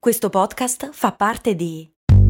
Questo podcast fa parte di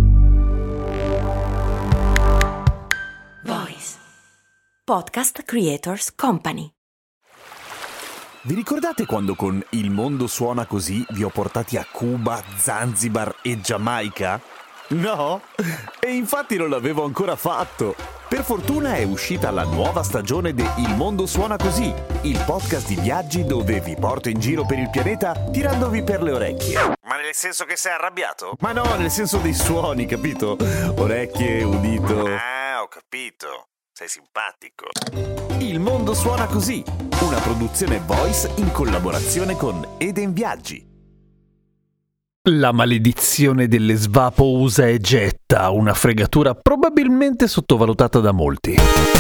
Voice Podcast Creators Company. Vi ricordate quando con Il mondo suona così vi ho portati a Cuba, Zanzibar e Giamaica? No? E infatti non l'avevo ancora fatto. Per fortuna è uscita la nuova stagione di Il mondo suona così, il podcast di viaggi dove vi porto in giro per il pianeta tirandovi per le orecchie. Ma nel senso che sei arrabbiato? Ma no, nel senso dei suoni, capito? Orecchie, udito. Ah, ho capito. Sei simpatico. Il mondo suona così, una produzione Voice in collaborazione con Eden Viaggi. La maledizione delle svapo usa e getta, una fregatura probabilmente sottovalutata da molti.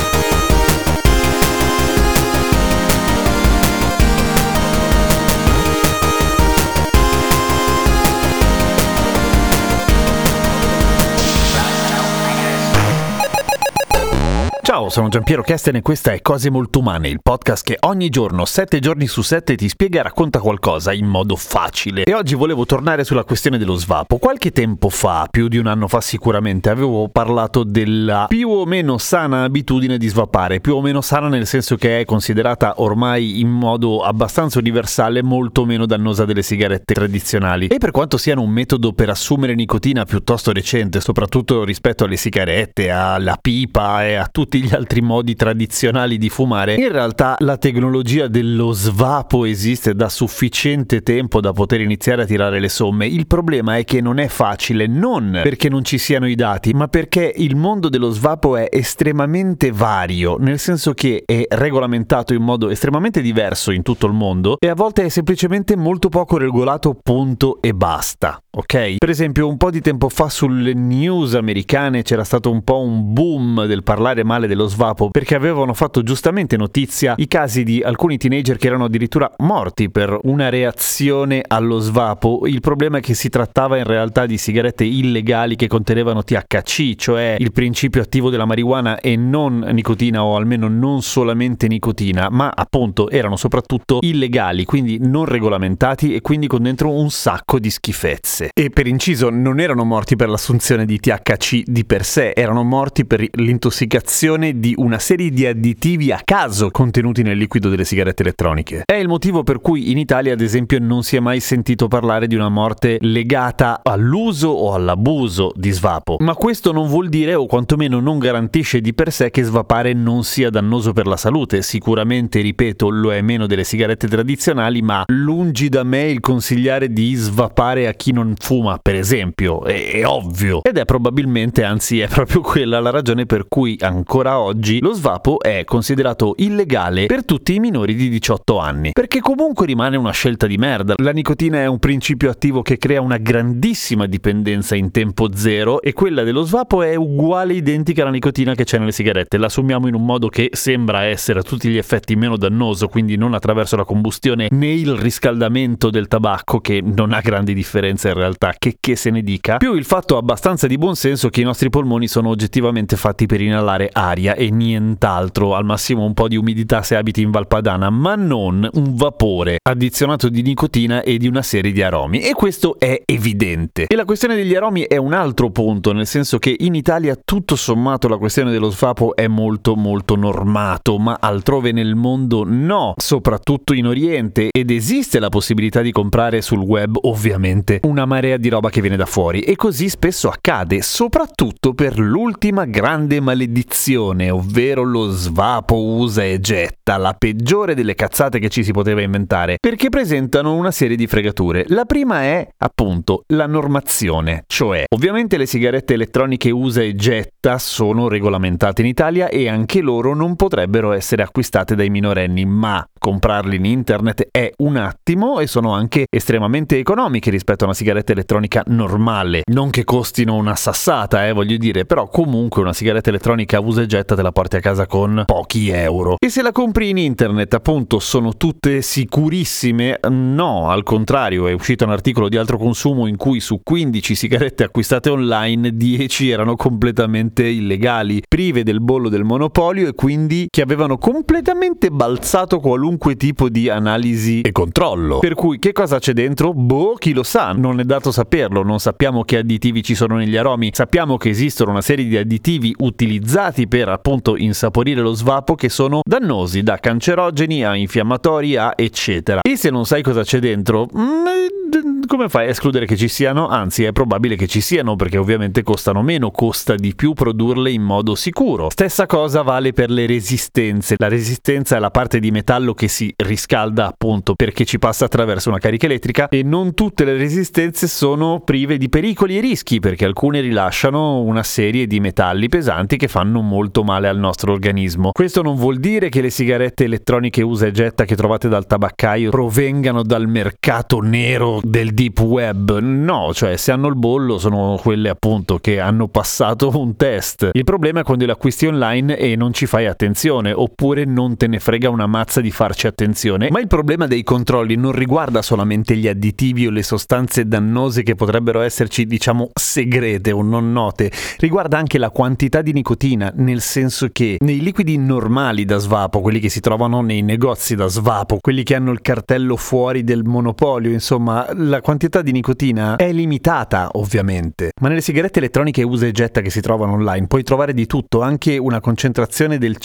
Ciao, sono Giampiero Kesten e questa è Cose Molto Umane, il podcast che ogni giorno, 7 giorni su 7, ti spiega e racconta qualcosa in modo facile. E oggi volevo tornare sulla questione dello svapo. Qualche tempo fa, più di un anno fa sicuramente, avevo parlato della più o meno sana abitudine di svapare. Più o meno sana nel senso che è considerata ormai in modo abbastanza universale molto meno dannosa delle sigarette tradizionali. E per quanto siano un metodo per assumere nicotina piuttosto recente, soprattutto rispetto alle sigarette, alla pipa e a tutti gli altri modi tradizionali di fumare, in realtà la tecnologia dello svapo esiste da sufficiente tempo da poter iniziare a tirare le somme. Il problema è che non è facile, non perché non ci siano i dati, ma perché il mondo dello svapo è estremamente vario, nel senso che è regolamentato in modo estremamente diverso in tutto il mondo e a volte è semplicemente molto poco regolato, punto e basta. Ok? Per esempio, un po' di tempo fa sulle news americane c'era stato un po' un boom del parlare male dello svapo perché avevano fatto giustamente notizia i casi di alcuni teenager che erano addirittura morti per una reazione allo svapo. Il problema è che si trattava in realtà di sigarette illegali che contenevano THC, cioè il principio attivo della marijuana, e non nicotina, o almeno non solamente nicotina, ma appunto erano soprattutto illegali, quindi non regolamentati e quindi con dentro un sacco di schifezze. E per inciso non erano morti per l'assunzione di THC di per sé, erano morti per l'intossicazione di una serie di additivi a caso contenuti nel liquido delle sigarette elettroniche. È il motivo per cui in Italia, ad esempio, non si è mai sentito parlare di una morte legata all'uso o all'abuso di svapo. Ma questo non vuol dire, o quantomeno non garantisce di per sé, che svapare non sia dannoso per la salute. Sicuramente, ripeto, lo è meno delle sigarette tradizionali, ma lungi da me il consigliare di svapare a chi non fuma, per esempio. È ovvio. Ed è probabilmente, anzi è proprio quella la ragione per cui ancora oggi lo svapo è considerato illegale per tutti i minori di 18 anni, perché comunque rimane una scelta di merda. La nicotina è un principio attivo che crea una grandissima dipendenza in tempo zero e quella dello svapo è uguale, identica alla nicotina che c'è nelle sigarette. La assumiamo in un modo che sembra essere a tutti gli effetti meno dannoso, quindi non attraverso la combustione né il riscaldamento del tabacco, che non ha grandi differenze in realtà, che se ne dica, più il fatto abbastanza di buon senso che i nostri polmoni sono oggettivamente fatti per inalare aria e nient'altro, al massimo un po' di umidità se abiti in Val Padana, ma non un vapore addizionato di nicotina e di una serie di aromi, e questo è evidente. E la questione degli aromi è un altro punto, nel senso che in Italia tutto sommato la questione dello svapo è molto molto normato, ma altrove nel mondo no, soprattutto in Oriente, ed esiste la possibilità di comprare sul web ovviamente una marea di roba che viene da fuori, e così spesso accade, soprattutto per l'ultima grande maledizione, ovvero lo svapo usa e getta, la peggiore delle cazzate che ci si poteva inventare, perché presentano una serie di fregature. La prima è, appunto, la normazione, cioè ovviamente le sigarette elettroniche usa e getta sono regolamentate in Italia e anche loro non potrebbero essere acquistate dai minorenni, ma comprarli in internet è un attimo e sono anche estremamente economiche rispetto a una sigaretta elettronica normale. Non che costino una sassata, voglio dire, però comunque una sigaretta elettronica usa e getta getta te la porti a casa con pochi euro. E se la compri in internet, appunto, sono tutte sicurissime? No, al contrario, è uscito un articolo di Altro Consumo in cui su 15 sigarette acquistate online 10 erano completamente illegali, prive del bollo del monopolio e quindi che avevano completamente balzato qualunque tipo di analisi e controllo. Per cui che cosa c'è dentro? Boh, chi lo sa, non è dato saperlo, non sappiamo che additivi ci sono negli aromi, sappiamo che esistono una serie di additivi utilizzati per appunto insaporire lo svapo che sono dannosi, da cancerogeni a infiammatori a eccetera. E se non sai cosa c'è dentro, come fai a escludere che ci siano? Anzi, è probabile che ci siano, perché ovviamente costano meno, costa di più produrle in modo sicuro. Stessa cosa vale per le resistenze. La resistenza è la parte di metallo che si riscalda appunto perché ci passa attraverso una carica elettrica, e non tutte le resistenze sono prive di pericoli e rischi, perché alcune rilasciano una serie di metalli pesanti che fanno molto male al nostro organismo. Questo non vuol dire che le sigarette elettroniche usa e getta che trovate dal tabaccaio provengano dal mercato nero del deep web. No, cioè se hanno il bollo sono quelle appunto che hanno passato un test. Il problema è quando le acquisti online e non ci fai attenzione, oppure non te ne frega una mazza di farci attenzione. Ma il problema dei controlli non riguarda solamente gli additivi o le sostanze dannose che potrebbero esserci, diciamo, segrete o non note, riguarda anche la quantità di nicotina, nel senso che nei liquidi normali da svapo, quelli che si trovano nei negozi da svapo, quelli che hanno il cartello fuori del monopolio, insomma, la quantità di nicotina è limitata ovviamente. Ma nelle sigarette elettroniche usa e getta che si trovano online puoi trovare di tutto, anche una concentrazione del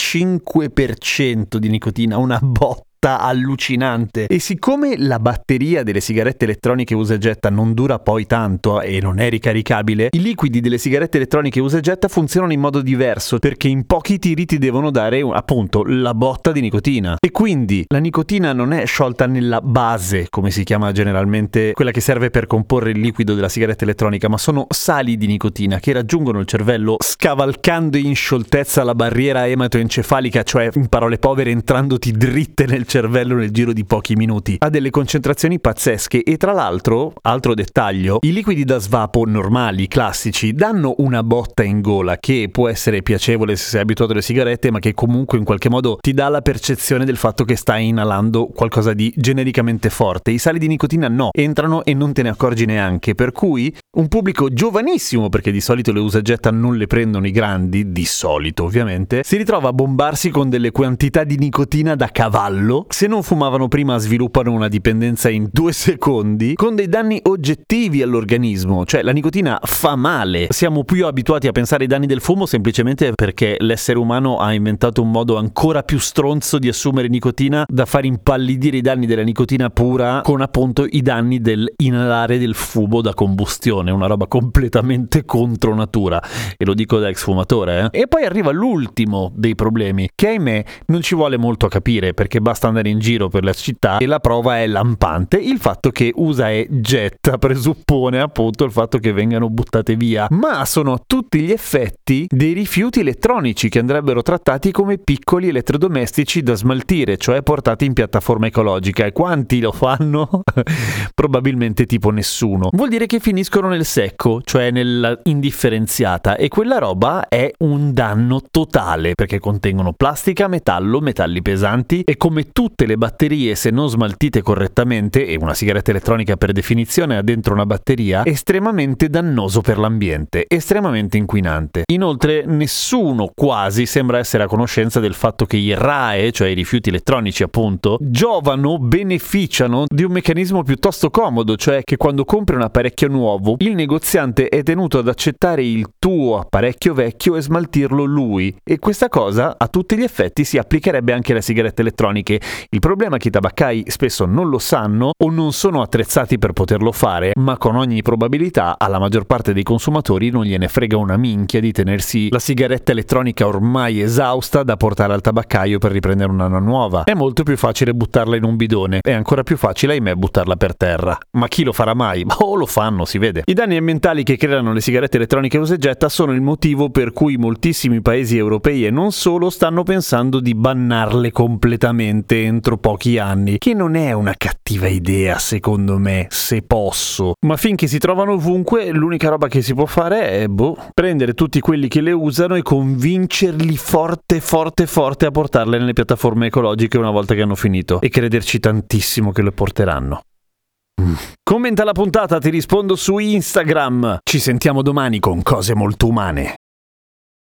5% di nicotina, una botta allucinante. E siccome la batteria delle sigarette elettroniche usa e getta non dura poi tanto e non è ricaricabile, i liquidi delle sigarette elettroniche usa e getta funzionano in modo diverso, perché in pochi tiri ti devono dare appunto la botta di nicotina, e quindi la nicotina non è sciolta nella base, come si chiama generalmente quella che serve per comporre il liquido della sigaretta elettronica, ma sono sali di nicotina che raggiungono il cervello scavalcando in scioltezza la barriera ematoencefalica, cioè in parole povere entrandoti dritte nel cervello nel giro di pochi minuti, a delle concentrazioni pazzesche. E tra l'altro, altro dettaglio, i liquidi da svapo normali, classici, danno una botta in gola che può essere piacevole se sei abituato alle sigarette, ma che comunque in qualche modo ti dà la percezione del fatto che stai inalando qualcosa di genericamente forte. I sali di nicotina no, entrano e non te ne accorgi neanche, per cui un pubblico giovanissimo, perché di solito le usa e getta non le prendono i grandi, di solito ovviamente, si ritrova a bombarsi con delle quantità di nicotina da cavallo. Se non fumavano prima sviluppano una dipendenza in 2 secondi, con dei danni oggettivi all'organismo. Cioè la nicotina fa male. Siamo più abituati a pensare ai danni del fumo semplicemente perché l'essere umano ha inventato un modo ancora più stronzo di assumere nicotina da far impallidire i danni della nicotina pura con appunto i danni del inalare del fumo da combustione, una roba completamente contro natura, e lo dico da ex fumatore. E poi arriva l'ultimo dei problemi, che ahimè non ci vuole molto a capire, perché basta andare in giro per la città e la prova è lampante. Il fatto che usa e getta presuppone appunto il fatto che vengano buttate via, ma sono a tutti gli effetti dei rifiuti elettronici che andrebbero trattati come piccoli elettrodomestici da smaltire, cioè portati in piattaforma ecologica. E quanti lo fanno? Probabilmente tipo nessuno. Vuol dire che finiscono nel secco, cioè nella indifferenziata, e quella roba è un danno totale, perché contengono plastica, metallo, metalli pesanti, e come tutte le batterie, se non smaltite correttamente, e una sigaretta elettronica per definizione ha dentro una batteria, estremamente dannoso per l'ambiente, estremamente inquinante. Inoltre nessuno quasi sembra essere a conoscenza del fatto che i RAEE, cioè i rifiuti elettronici appunto, beneficiano di un meccanismo piuttosto comodo, cioè che quando compri un apparecchio nuovo il negoziante è tenuto ad accettare il tuo apparecchio vecchio e smaltirlo lui, e questa cosa a tutti gli effetti si applicherebbe anche alle sigarette elettroniche. Il problema è che i tabaccai spesso non lo sanno o non sono attrezzati per poterlo fare, ma con ogni probabilità alla maggior parte dei consumatori non gliene frega una minchia di tenersi la sigaretta elettronica ormai esausta da portare al tabaccaio per riprendere una nuova. È molto più facile buttarla in un bidone, è ancora più facile ahimè buttarla per terra. Ma chi lo farà mai? Oh, lo fanno, si vede. I danni ambientali che creano le sigarette elettroniche usa e getta sono il motivo per cui moltissimi paesi europei e non solo stanno pensando di bannarle completamente. tutte entro pochi anni, che non è una cattiva idea secondo me, se posso. Ma finché si trovano ovunque, l'unica roba che si può fare è, prendere tutti quelli che le usano e convincerli forte a portarle nelle piattaforme ecologiche una volta che hanno finito, e crederci tantissimo che le porteranno. Commenta la puntata, ti rispondo su Instagram. Ci sentiamo domani con Cose Molto Umane.